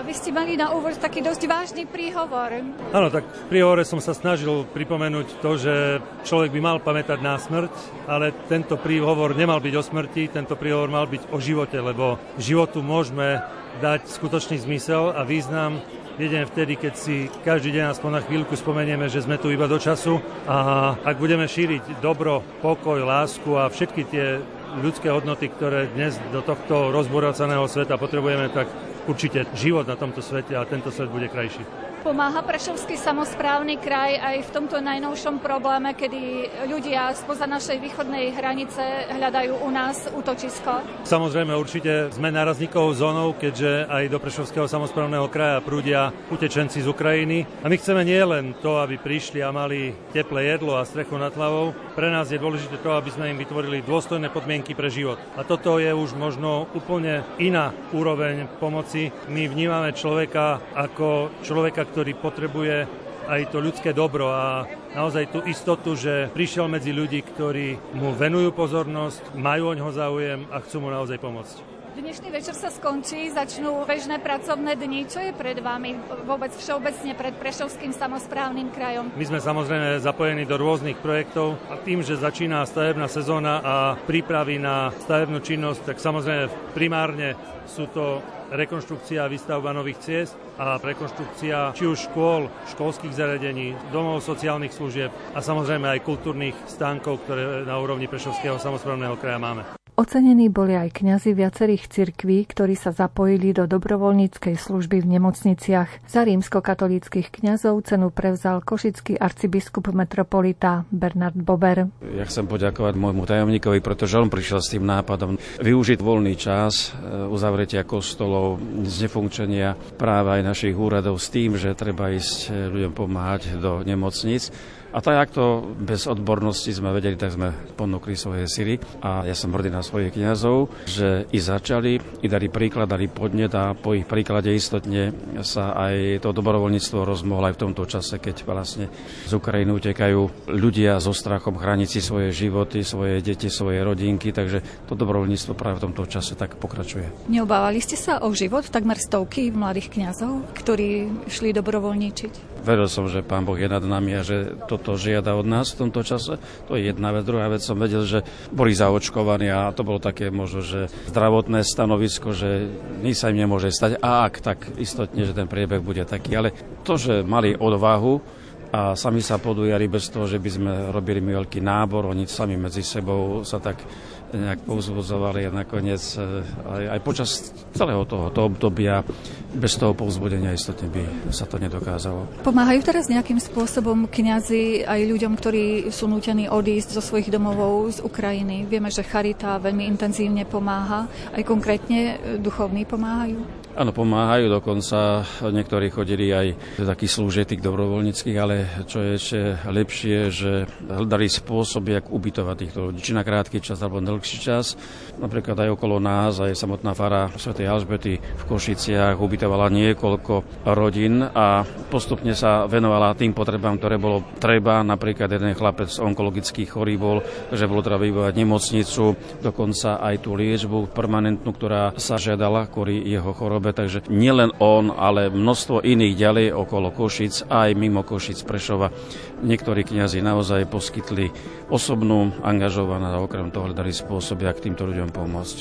Vy ste mali na úvod taký dosť vážny príhovor. Áno, tak v príhovore som sa snažil pripomenúť to, že človek by mal pamätať na smrť, ale tento príhovor nemal byť o smrti, tento príhovor mal byť o živote, lebo životu môžeme dať skutočný zmysel a význam jedine vtedy, keď si každý deň aspoň na chvíľku spomenieme, že sme tu iba do času a ak budeme šíriť dobro, pokoj, lásku a všetky tie ľudské hodnoty, ktoré dnes do tohto rozboracaného sveta potrebujeme, tak určite život na tomto svete a tento svet bude krajší. Pomáha Prešovský samosprávny kraj aj v tomto najnovšom probléme, kedy ľudia spoza našej východnej hranice hľadajú u nás útočisko? Samozrejme, určite sme nárazníkovou zónou, keďže aj do Prešovského samosprávneho kraja prúdia utečenci z Ukrajiny. A my chceme nielen to, aby prišli a mali teplé jedlo a strechu nad hlavou. Pre nás je dôležité to, aby sme im vytvorili dôstojné podmienky pre život. A toto je už možno úplne iná úroveň pomoci. My vnímame človeka ako človeka, ktorý potrebuje aj to ľudské dobro a naozaj tú istotu, že prišiel medzi ľudí, ktorí mu venujú pozornosť, majú oňho záujem a chcú mu naozaj pomôcť. Dnešný večer sa skončí, začnú bežné pracovné dni. Čo je pred vami vôbec všeobecne pred Prešovským samosprávnym krajom? My sme samozrejme zapojení do rôznych projektov a tým, že začína stavebná sezóna a prípravy na stavebnú činnosť, tak samozrejme primárne sú to rekonštrukcia a výstavba nových ciest a rekonštrukcia či už škôl, školských zariadení, domov sociálnych služieb a samozrejme aj kultúrnych stánkov, ktoré na úrovni Prešovského samosprávneho kraja máme. Ocenení boli aj kňazi viacerých cirkví, ktorí sa zapojili do dobrovoľníckej služby v nemocniciach. Za rímskokatolíckych kňazov cenu prevzal košický arcibiskup metropolita Bernard Bober. Ja chcem poďakovať môjmu tajomníkovi, pretože on prišiel s tým nápadom využiť voľný čas, uzavretia kostolov, znefunkčenia práva aj našich úradov s tým, že treba ísť ľuďom pomáhať do nemocníc. A tak, to bez odbornosti sme vedeli, tak sme ponúkli svoje sily a ja som hrdý na svojich kňazov, že i začali, i dali príklad, dali podnet a po ich príklade istotne sa aj to dobrovoľníctvo rozmohlo aj v tomto čase, keď vlastne z Ukrajiny utekajú ľudia so strachom chrániť si svoje životy, svoje deti, svoje rodinky, takže to dobrovoľníctvo práve v tomto čase tak pokračuje. Neobávali ste sa o život takmer stovky mladých kňazov, ktorí šli dobrovoľníčiť? Veril som, že Pán Boh je nad nami a že toto žiada od nás v tomto čase. To je jedna vec. Druhá vec, som vedel, že boli zaočkovaní a to bolo také možno, že zdravotné stanovisko, že nič sa im nemôže stať. A ak, tak istotne, že ten priebeh bude taký. Ale to, že mali odvahu a sami sa podujali bez toho, že by sme robili veľký nábor, oni sami medzi sebou sa tak nejak povzbudzovali a nakoniec aj počas celého tohoto obdobia bez toho povzbudenia istotne by sa to nedokázalo. Pomáhajú teraz nejakým spôsobom kňazi aj ľuďom, ktorí sú nútení odísť zo svojich domovov z Ukrajiny? Vieme, že charita veľmi intenzívne pomáha, aj konkrétne duchovní pomáhajú? Áno, pomáhajú, dokonca niektorí chodili aj do takých služieb dobrovoľníckych, ale čo je ešte lepšie, že hľadali spôsoby, jak ubytovať týchto ľudí, či na krátky čas alebo dlhší čas. Napríklad aj okolo nás, aj samotná fara svätej Alžbety v Košiciach ubytovala niekoľko rodín a postupne sa venovala tým potrebám, ktoré bolo treba. Napríklad jeden chlapec onkologických chorý bol, že bolo treba vybavať nemocnicu, dokonca aj tú liečbu permanentnú, ktorá sa žiadala kvôli jeho chorobe. Takže nielen on, ale množstvo iných ďalej okolo Košic, aj mimo Košic, Prešova. Niektorí kňazi naozaj poskytli osobnú angažovanosť a okrem toho hľadali spôsoby, ako týmto ľuďom pomôcť.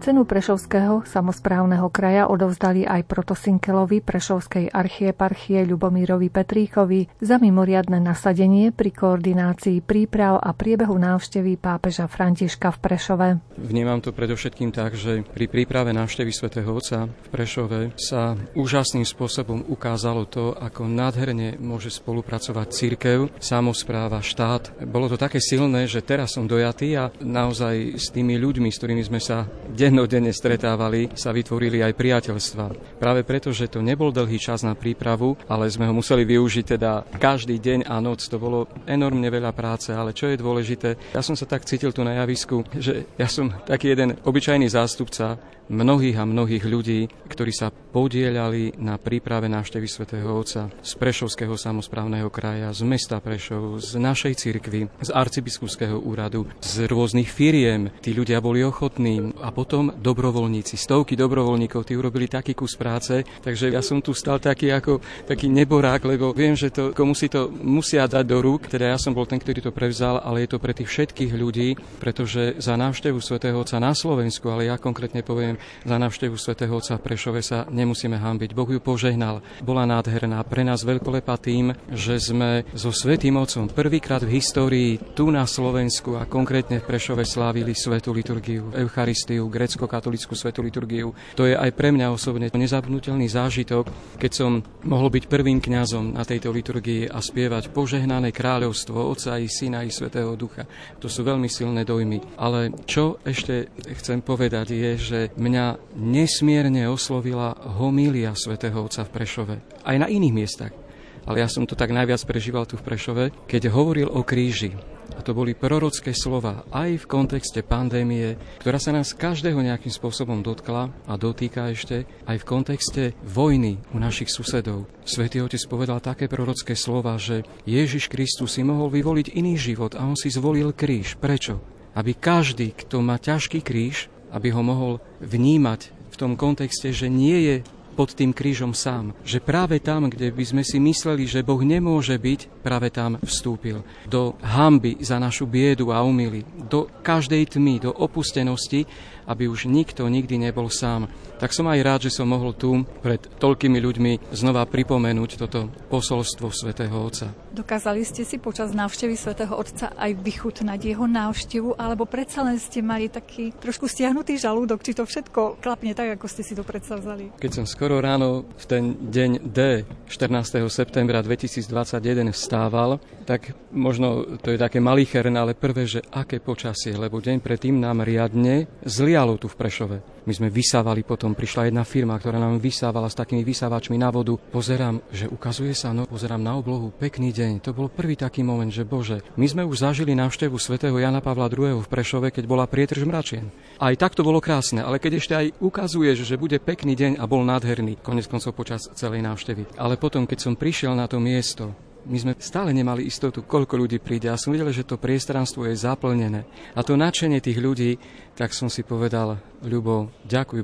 Cenu Prešovského samosprávneho kraja odovzdali aj protosinkelovi Prešovskej archieparchie Ľubomírovi Petríkovi za mimoriadne nasadenie pri koordinácii príprav a priebehu návštevy pápeža Františka v Prešove. Vnímam to predovšetkým tak, že pri príprave návštevy svätého Otca v Prešove sa úžasným spôsobom ukázalo to, ako nádherne môže spolupracovať cirkev, samospráva, štát. Bolo to také silné, že teraz som dojatý a naozaj s tými ľuďmi, s ktorými sme sa dennodenne stretávali, sa vytvorili aj priateľstva. Práve preto, že to nebol dlhý čas na prípravu, ale sme ho museli využiť teda každý deň a noc. To bolo enormne veľa práce, ale čo je dôležité, ja som sa tak cítil tu na javisku, že ja som taký jeden obyčajný zástupca mnohých a mnohých ľudí, ktorí sa podieľali na príprave návštevy svätého Otca z Prešovského samosprávneho kraja, z mesta Prešov, z našej cirkvi, z arcibiskupského úradu, z rôznych firiem. Tí ľudia boli ochotní a potom dobrovoľníci, stovky dobrovoľníkov, tí urobili taký kus práce, takže ja som tu stal taký neborák, lebo viem, že to komu si to musia dať do rúk, teda ja som bol ten, ktorý to prevzal, ale je to pre tých všetkých ľudí, pretože za návštevu svätého Otca na Slovensku, ale ja konkrétne poviem, za návštevu svätého Otca v Prešove sa nemusíme hanbiť. Boh ju požehnal. Bola nádherná, pre nás veľkolepá tým, že sme so Svätým Otcom prvýkrát v histórii tu na Slovensku a konkrétne v Prešove slávili svätú liturgiu, Eucharistiu, grécko-katolícku svätú liturgiu. To je aj pre mňa osobne nezabudnutelný zážitok, keď som mohol byť prvým kňazom na tejto liturgii a spievať Požehnané kráľovstvo Otca i Syna i Svätého Ducha. To sú veľmi silné dojmy. Ale čo ešte chcem povedať je, že mňa nesmierne oslovila homília svätého Otca v Prešove. Aj na iných miestach. Ale ja som to tak najviac prežíval tu v Prešove, keď hovoril o kríži. A to boli prorocké slova aj v kontexte pandémie, ktorá sa nás každého nejakým spôsobom dotkla a dotýka ešte aj v kontexte vojny u našich susedov. Svätý Otec povedal také prorocké slova, že Ježiš Kristus si mohol vyvoliť iný život a on si zvolil kríž. Prečo? Aby každý, kto má ťažký kríž, aby ho mohol vnímať v tom kontexte, že nie je pod tým krížom sám. Že práve tam, kde by sme si mysleli, že Boh nemôže byť, práve tam vstúpil. Do hanby za našu biedu a omyly. Do každej tmy, do opustenosti, aby už nikto nikdy nebol sám. Tak som aj rád, že som mohol tu pred toľkými ľuďmi znova pripomenúť toto posolstvo svätého Otca. Dokázali ste si počas návštevy svätého Otca aj vychutnať jeho návštevu, alebo predsa len ste mali taký trošku stiahnutý žalúdok, či to všetko klapne tak, ako ste si to predstavzali? Keď som skoro ráno v ten deň D, 14. septembra 2021 vstával, tak možno to je také malicherné, ale prvé, že aké počasie, lebo deň predtým nám riadne zlialo tu v Prešove. My sme vysávali potom, prišla jedna firma, ktorá nám vysávala s takými vysávačmi na vodu. Pozerám, že ukazuje sa, pozerám na oblohu, pekný deň. To bol prvý taký moment, že Bože, my sme už zažili návštevu svätého Jana Pavla II. V Prešove, keď bola prietrž mračien. Aj tak to bolo krásne, ale keď ešte aj ukazuješ, že bude pekný deň a bol nádherný, konec koncov počas celej návštevy. Ale potom, keď som prišiel na to miesto, my sme stále nemali istotu, koľko ľudí príde a som videl, že to priestranstvo je zaplnené. A to nadšenie tých ľudí, tak som si povedal, Ľubo, ďakuj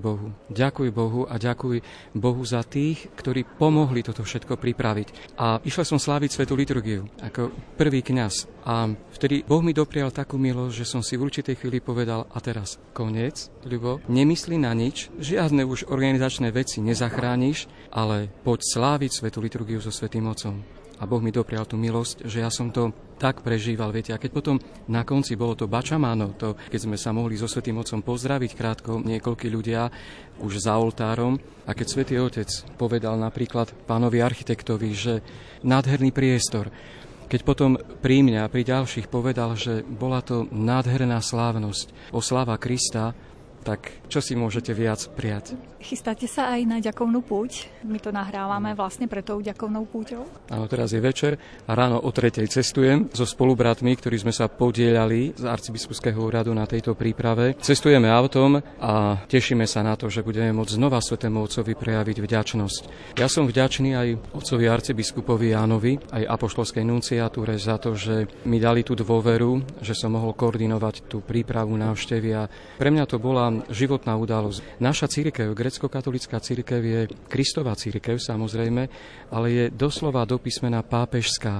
Bohu a ďakuj Bohu za tých, ktorí pomohli toto všetko pripraviť. A išiel som sláviť svätú liturgiu ako prvý kňaz. A vtedy Boh mi doprial takú milosť, že som si v určitej chvíli povedal, a teraz koniec, Ľubo, nemyslí na nič, žiadne už organizačné veci nezachrániš, ale poď sláviť svätú liturgiu so Svätým Otcom. A Boh mi doprial tú milosť, že ja som to tak prežíval, viete. A keď potom na konci bolo to bačamáno, to, keď sme sa mohli so Svätým Otcom pozdraviť krátko, niekoľkí ľudia už za oltárom, a keď Svätý Otec povedal napríklad pánovi architektovi, že nádherný priestor, keď potom pri mňa a pri ďalších povedal, že bola to nádherná slávnosť, oslava Krista, tak čo si môžete viac prijať? Chystáte sa aj na ďakovnú púť? My to nahrávame vlastne pre tou ďakovnou púťou. Áno, teraz je večer a ráno o 3:00 cestujem so spolubratmi, ktorí sme sa podieľali z arcibiskupského úradu na tejto príprave. Cestujeme autom a tešíme sa na to, že budeme môcť znova Svätému Otcovi prejaviť vďačnosť. Ja som vďačný aj otcovi arcibiskupovi Jánovi, aj apoštolskej nunciatúre za to, že mi dali tú dôveru, že som mohol koordinovať tú prípravu návštevy a pre mňa to bola životná udalosť. Naša cirkev, grécko-katolícka cirkev, je Kristova cirkev samozrejme, ale je doslova do písmena pápežská.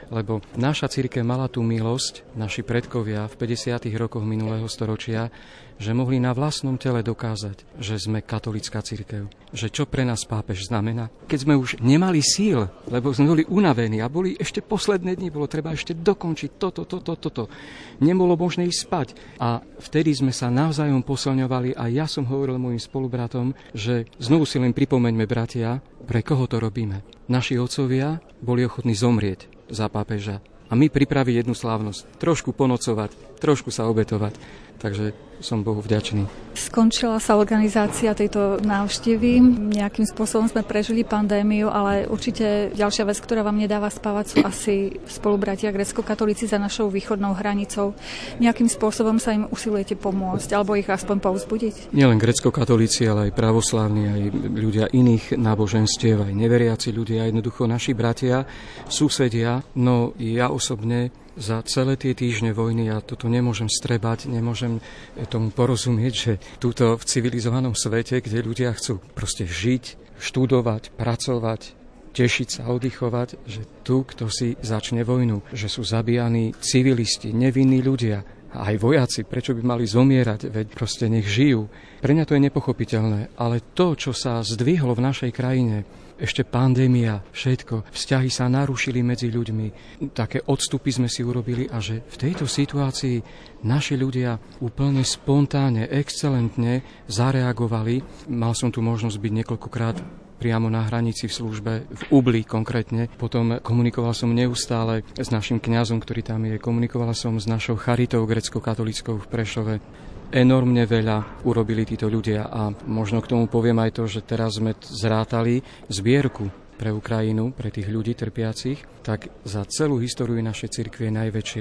lebo naša cirkev mala tú milosť, naši predkovia v 50. rokoch minulého storočia, že mohli na vlastnom tele dokázať, že sme katolická cirkev. Že čo pre nás pápež znamená. Keď sme už nemali síl, lebo sme boli unavení a boli ešte posledné dni, bolo treba ešte dokončiť toto. Nebolo možné ísť spať. A vtedy sme sa navzájom posilňovali a ja som hovoril mojim spolubratom, že znovu si len pripomeňme, bratia, pre koho to robíme. Naši otcovia boli ochotní zomrieť za pápeža. A my pripraviť jednu slávnosť. Trošku ponocovať, trošku sa obetovať. Takže som Bohu vďačný. Skončila sa organizácia tejto návštevy. Nejakým spôsobom sme prežili pandémiu, ale určite ďalšia vec, ktorá vám nedáva spávať, sú asi spolubratia grécko-katolíci za našou východnou hranicou. Nejakým spôsobom sa im usilujete pomôcť, alebo ich aspoň povzbudiť? Nielen grécko-katolíci, ale aj pravoslávni, aj ľudia iných náboženstiev, aj neveriaci ľudia, jednoducho naši bratia, susedia. No ja osobne za celé tie týždne vojny ja toto nemôžem strebať, nemôžem tomu porozumieť, že túto v civilizovanom svete, kde ľudia chcú proste žiť, študovať, pracovať, tešiť sa, oddychovať, že tu kto si začne vojnu, že sú zabíjani civilisti, nevinní ľudia. A aj vojaci, prečo by mali zomierať, veď proste nech žijú. Pre mňa to je nepochopiteľné, ale to, čo sa zdvihlo v našej krajine, ešte pandémia, všetko, vzťahy sa narušili medzi ľuďmi, také odstupy sme si urobili a že v tejto situácii naši ľudia úplne spontánne, excelentne zareagovali. Mal som tu možnosť byť niekoľkokrát priamo na hranici v službe, v Ubli konkrétne. Potom komunikoval som neustále s našim kňazom, ktorý tam je. Komunikoval som s našou charitou grécko-katolíckou v Prešove. Enormne veľa urobili títo ľudia a možno k tomu poviem aj to, že teraz sme zrátali zbierku pre Ukrajinu, pre tých ľudí trpiacich, tak za celú históriu našej cirkvi je najväčšia.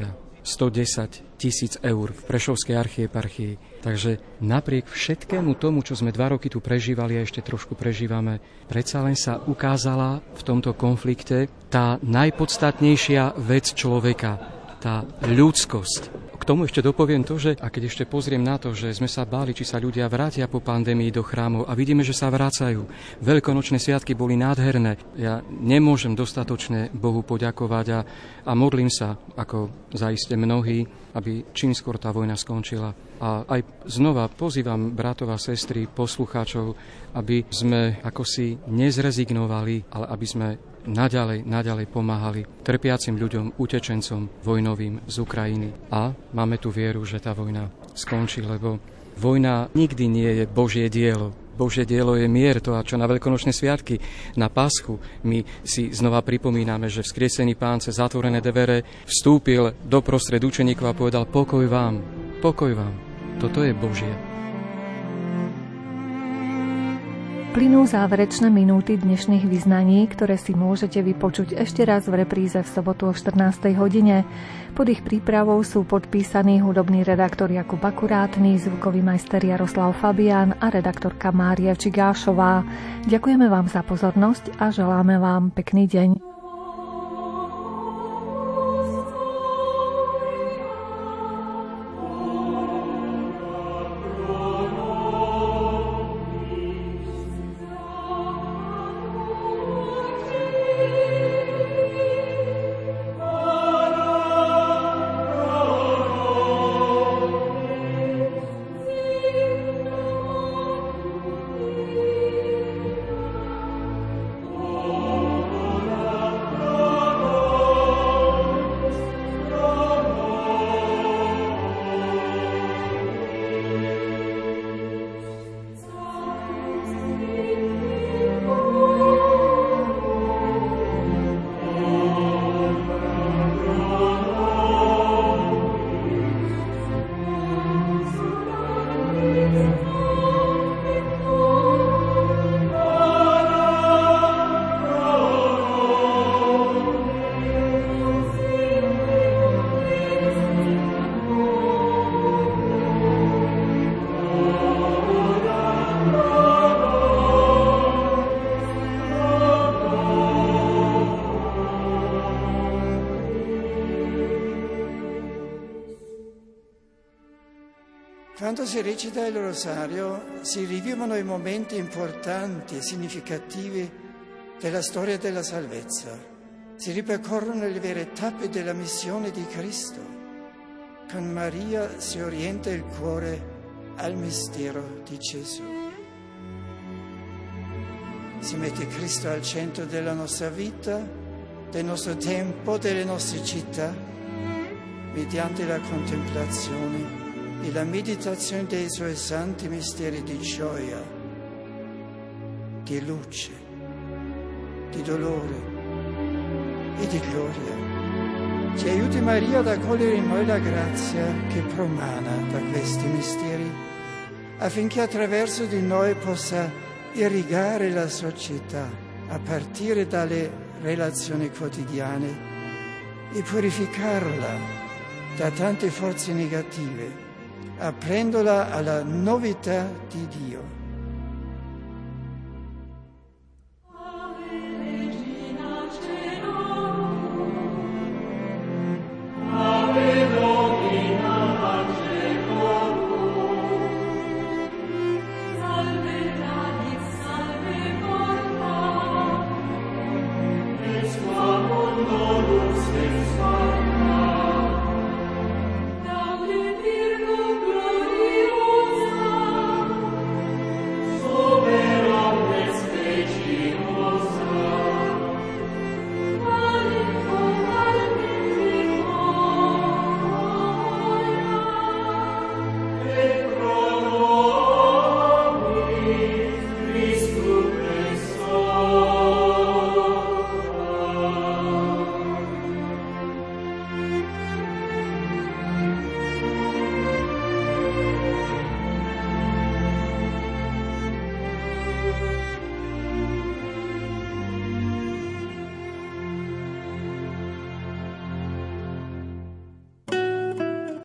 110 000 eur v Prešovskej archieparchii. Takže napriek všetkému tomu, čo sme 2 roky tu prežívali a ešte trošku prežívame, predsa len sa ukázala v tomto konflikte tá najpodstatnejšia vec človeka, tá ľudskosť. K tomu ešte dopoviem to, že a keď ešte pozriem na to, že sme sa báli, či sa ľudia vrátia po pandémii do chrámov a vidíme, že sa vracajú. Veľkonočné sviatky boli nádherné. Ja nemôžem dostatočne Bohu poďakovať a modlím sa, ako zaiste mnohí, aby čím skôr tá vojna skončila. A aj znova pozývam bratov a sestry, poslucháčov, aby sme ako si nezrezignovali, ale aby sme naďalej pomáhali trpiacim ľuďom, utečencom vojnovým z Ukrajiny. A máme tu vieru, že tá vojna skončí, lebo vojna nikdy nie je Božie dielo. Božie dielo je mier, to a čo na veľkonočné sviatky, na Paschu. My si znova pripomíname, že vzkriesený Pán cez zatvorené dvere vstúpil doprostred učeníkov a povedal pokoj vám, pokoj vám. Toto je Božie. Plynú záverečné minúty dnešných vyznaní, ktoré si môžete vypočuť ešte raz v repríze v sobotu o 14. hodine. Pod ich prípravou sú podpísaní hudobný redaktor Jakub Akurátny, zvukový majster Jaroslav Fabián a redaktorka Mária Čigášová. Ďakujeme vám za pozornosť a želáme vám pekný deň. Quando si recita il rosario si rivivono i momenti importanti e significativi della storia della salvezza. si ripercorrono le vere tappe della missione di Cristo. Con Maria si orienta il cuore al mistero di Gesù. Si mette Cristo al centro della nostra vita, del nostro tempo, delle nostre città, mediante la contemplazione e la meditazione dei suoi santi misteri di gioia, di luce, di dolore e di gloria. Ci aiuti Maria ad accogliere in noi la grazia che promana da questi misteri, affinché attraverso di noi possa irrigare la società a partire dalle relazioni quotidiane e purificarla da tante forze negative, aprendola alla novità di Dio.